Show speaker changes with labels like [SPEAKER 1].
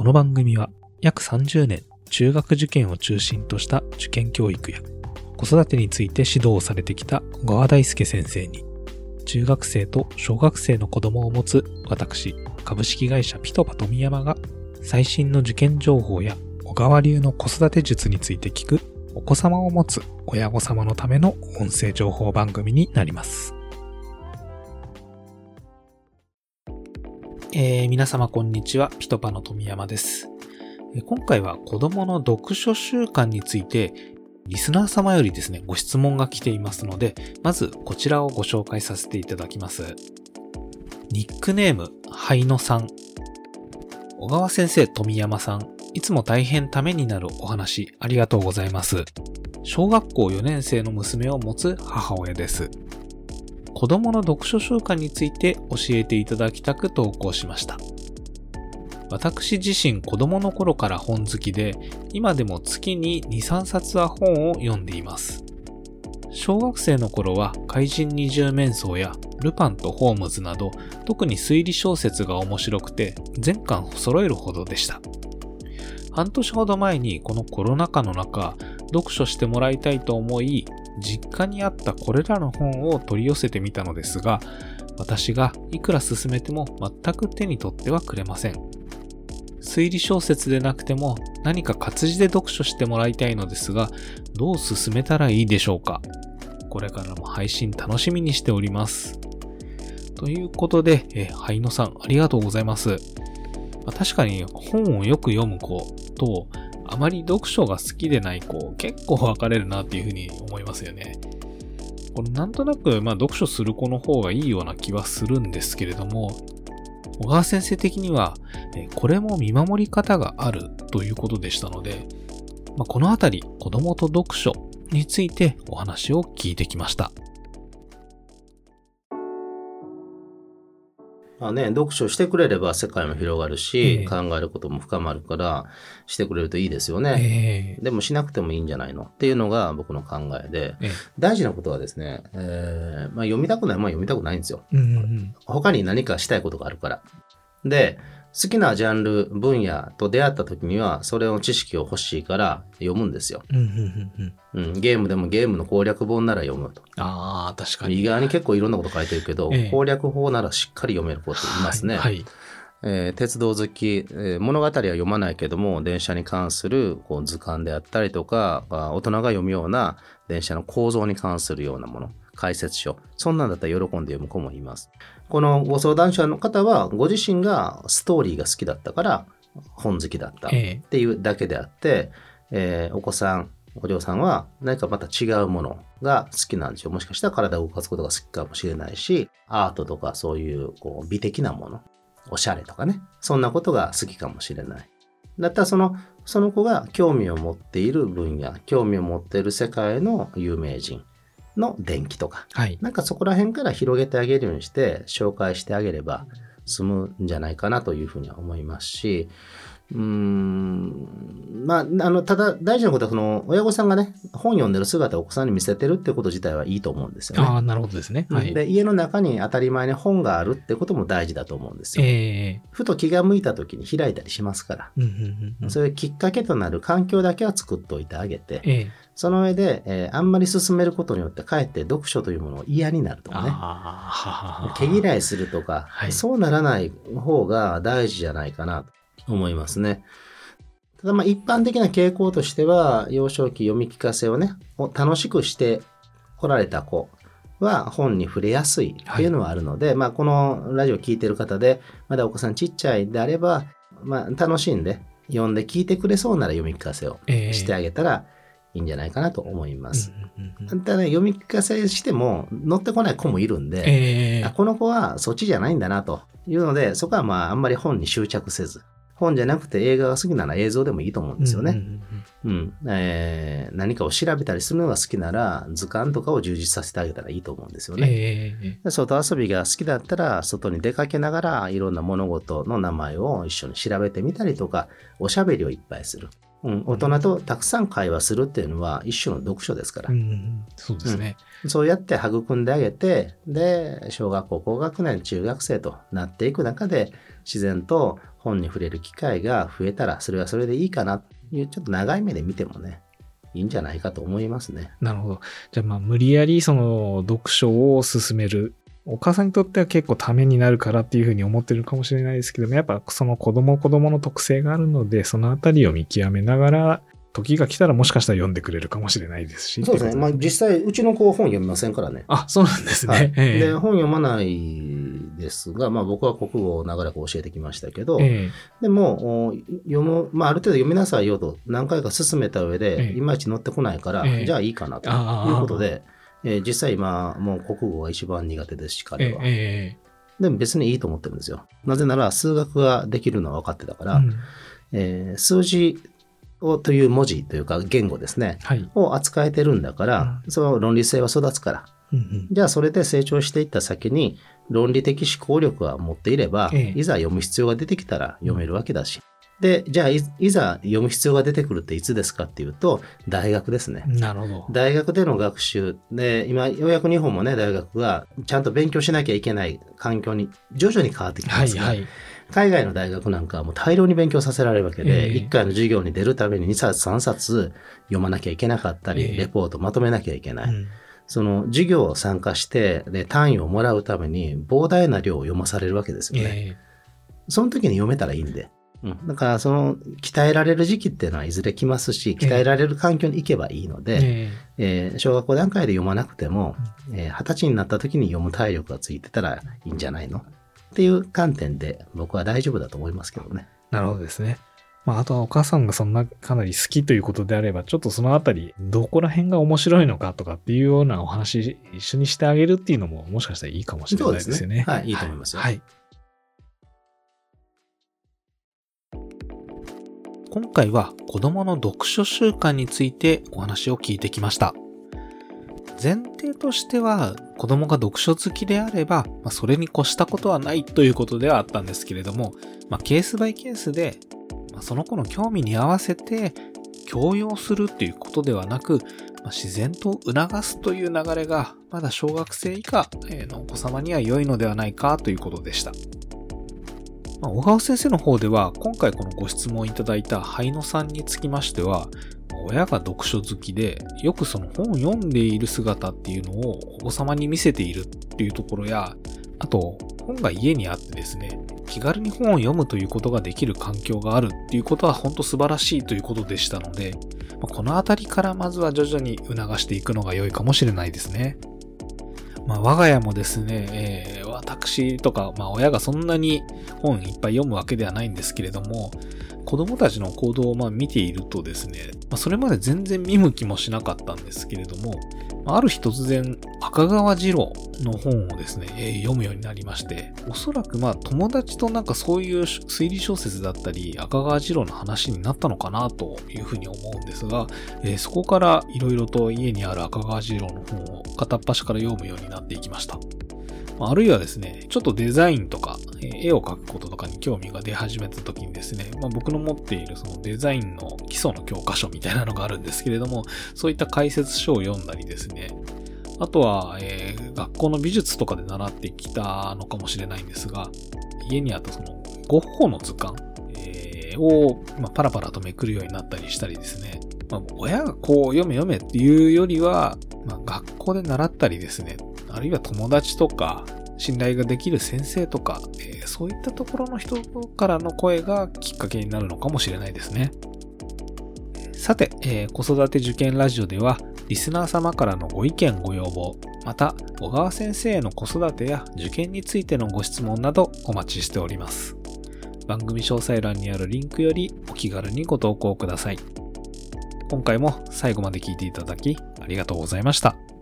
[SPEAKER 1] この番組は約30年中学受験を中心とした受験教育や子育てについて指導をされてきた小川大輔先生に、中学生と小学生の子供を持つ私、株式会社ピトパ富山が最新の受験情報や小川流の子育て術について聞くお子様を持つ親御様のための音声情報番組になります。皆様こんにちは、ピトパの富山です。今回は子供の読書習慣についてリスナー様よりですね、ご質問が来ていますので、まずこちらをご紹介させていただきます。ニックネーム、ハイノさん。小川先生、富山さん、いつも大変ためになるお話ありがとうございます。小学校4年生の娘を持つ母親です。子供の読書習慣について教えていただきたく投稿しました。私自身子供の頃から本好きで、今でも月に 2,3 冊は本を読んでいます。小学生の頃は怪人二十面相やルパンとホームズなど、特に推理小説が面白くて全巻揃えるほどでした。半年ほど前にこのコロナ禍の中、読書してもらいたいと思い、実家にあったこれらの本を取り寄せてみたのですが、私がいくら勧めても全く手に取ってはくれません。推理小説でなくても何か活字で読書してもらいたいのですが、どう進めたらいいでしょうか。これからも配信楽しみにしております。ということで、ハイノさんありがとうございます。確かに本をよく読む子とあまり読書が好きでない子、結構分かれるなっていうふうに思いますよね。これなんとなく読書する子の方がいいような気はするんですけれども、小川先生的にはこれも見守り方があるということでしたので、このあたり子供と読書についてお話を聞いてきました。
[SPEAKER 2] 読書してくれれば世界も広がるし、考えることも深まるからしてくれるといいですよね。でもしなくてもいいんじゃないのっていうのが僕の考えで、大事なことはですね、読みたくない読みたくないんですよ。他に何かしたいことがあるから。で、好きなジャンル、分野と出会った時にはそれの知識を欲しいから読むんですよ。ゲームでもゲームの攻略本なら読むと。
[SPEAKER 1] 確かに。
[SPEAKER 2] 意外に結構いろんなこと書いてるけど、攻略法ならしっかり読める子っていますね。鉄道好き、物語は読まないけども、電車に関する図鑑であったりとか、大人が読むような電車の構造に関するようなもの、解説書、そんなんだったら喜んで読む子もいます。このご相談者の方はご自身がストーリーが好きだったから本好きだったっていうだけであって、お子さんお嬢さんは何かまた違うものが好きなんですよ。もしかしたら体を動かすことが好きかもしれないし、アートとかそういう美的なもの、おしゃれとかね、そんなことが好きかもしれない。だったらその子が興味を持っている分野、興味を持っている世界の有名人の伝記とか、なんかそこら辺から広げてあげるようにして紹介してあげれば済むんじゃないかなというふうには思いますし、ただ大事なことは親御さんがね、本読んでる姿をお子さんに見せてるってこと自体はいいと思うんですよね。
[SPEAKER 1] なるほどですね。
[SPEAKER 2] で、家の中に当たり前に本があるってことも大事だと思うんですよ。ふと気が向いた時に開いたりしますから、そういうきっかけとなる環境だけは作っておいてあげて、その上で、あんまり進めることによってかえって読書というものを嫌になるとかね、毛嫌いするとか、そうならない方が大事じゃないかなと思いますね。ただ一般的な傾向としては、幼少期読み聞かせをね、楽しくしてこられた子は本に触れやすいっていうのはあるので、このラジオ聞いてる方でまだお子さんちっちゃいであれば、楽しんで読んで聞いてくれそうなら読み聞かせをしてあげたらいいんじゃないかなと思います。ただ読み聞かせしても乗ってこない子もいるんで、この子はそっちじゃないんだなというので、そこはあんまり本に執着せず、本じゃなくて映画が好きなら映像でもいいと思うんですよね。何かを調べたりするのが好きなら図鑑とかを充実させてあげたらいいと思うんですよね。外遊びが好きだったら外に出かけながらいろんな物事の名前を一緒に調べてみたりとか、おしゃべりをいっぱいする。 大人とたくさん会話するっていうのは一種の読書ですから。
[SPEAKER 1] そうですね、
[SPEAKER 2] そうやって育んであげて、で、小学校高学年、中学生となっていく中で、自然と本に触れる機会が増えたら、それはそれでいいかなという、ちょっと長い目で見てもね、いいんじゃないかと思いますね。
[SPEAKER 1] なるほど。じゃあ無理やりその読書を進める。お母さんにとっては結構ためになるからっていうふうに思ってるかもしれないですけども、やっぱその子供の特性があるので、そのあたりを見極めながら、時が来たらもしかしたら読んでくれるかもしれないですし。
[SPEAKER 2] そうですね。実際、うちの子は本読みませんからね。
[SPEAKER 1] そうなんですね。
[SPEAKER 2] はい、で、本読まないですが、僕は国語を長らく教えてきましたけど、でも、読む、ある程度読みなさいよと何回か進めた上で、いまいち乗ってこないから、じゃあいいかなということで、実際今、もう国語が一番苦手ですし、彼は。でも別にいいと思ってるんですよ。なぜなら、数学ができるのは分かってたから、数字という文字というか言語ですね、を扱えてるんだから、その論理性は育つから。じゃあそれで成長していった先に論理的思考力は持っていれば、いざ読む必要が出てきたら読めるわけだし。で、じゃあいざ読む必要が出てくるっていつですかっていうと、大学ですね。
[SPEAKER 1] なるほど。
[SPEAKER 2] 大学での学習で、今ようやく日本もね、大学がちゃんと勉強しなきゃいけない環境に徐々に変わってきてますね。海外の大学なんかはもう大量に勉強させられるわけで、1回の授業に出るために2冊3冊読まなきゃいけなかったり、レポートまとめなきゃいけない。その授業を参加して、で単位をもらうために膨大な量を読まされるわけですよね。その時に読めたらいいんで。だからその鍛えられる時期っていうのはいずれ来ますし、鍛えられる環境に行けばいいので、小学校段階で読まなくても、20歳になった時に読む体力がついてたらいいんじゃないのっていう観点で僕は大丈夫だと思いますけどね。
[SPEAKER 1] なるほどですね。あとはお母さんがそんなかなり好きということであれば、ちょっとそのあたりどこら辺が面白いのかとかっていうようなお話一緒にしてあげるっていうのももしかしたらいいかもしれないですよね。
[SPEAKER 2] はい、いいと思いますよ。はい。
[SPEAKER 1] 今回は子供の読書習慣についてお話を聞いてきました。前提としては子供が読書好きであれば、それに越したことはないということではあったんですけれども、ケースバイケースで、その子の興味に合わせて強要するっていうことではなく、自然と促すという流れがまだ小学生以下のお子様には良いのではないかということでした。小川先生の方では今回このご質問いただいたハイノさんにつきましては、親が読書好きでよくその本を読んでいる姿っていうのをお子様に見せているっていうところや、あと本が家にあってですね、気軽に本を読むということができる環境があるっていうことは本当素晴らしいということでしたので、このあたりからまずは徐々に促していくのが良いかもしれないですね。我が家もですね、私とか、親がそんなに本いっぱい読むわけではないんですけれども、子供たちの行動を見ているとですね、それまで全然見向きもしなかったんですけれども、ある日突然赤川次郎の本をですね、読むようになりまして、おそらく友達とそういう推理小説だったり赤川次郎の話になったのかなというふうに思うんですが、そこからいろいろと家にある赤川次郎の本を片っ端から読むようになっていきました。あるいはですね、ちょっとデザインとか絵を描くこととかに興味が出始めた時にですね、僕の持っているそのデザインの基礎の教科書みたいなのがあるんですけれども、そういった解説書を読んだりですね、あとは、学校の美術とかで習ってきたのかもしれないんですが、家にあったそのゴッホの図鑑、を、パラパラとめくるようになったりしたりですね、親が読めっていうよりは、学校で習ったりですね、あるいは友達とか信頼ができる先生とか、そういったところの人からの声がきっかけになるのかもしれないですね。さて、子育て受験ラジオではリスナー様からのご意見ご要望、また小川先生への子育てや受験についてのご質問などお待ちしております。番組詳細欄にあるリンクよりお気軽にご投稿ください。今回も最後まで聞いていただきありがとうございました。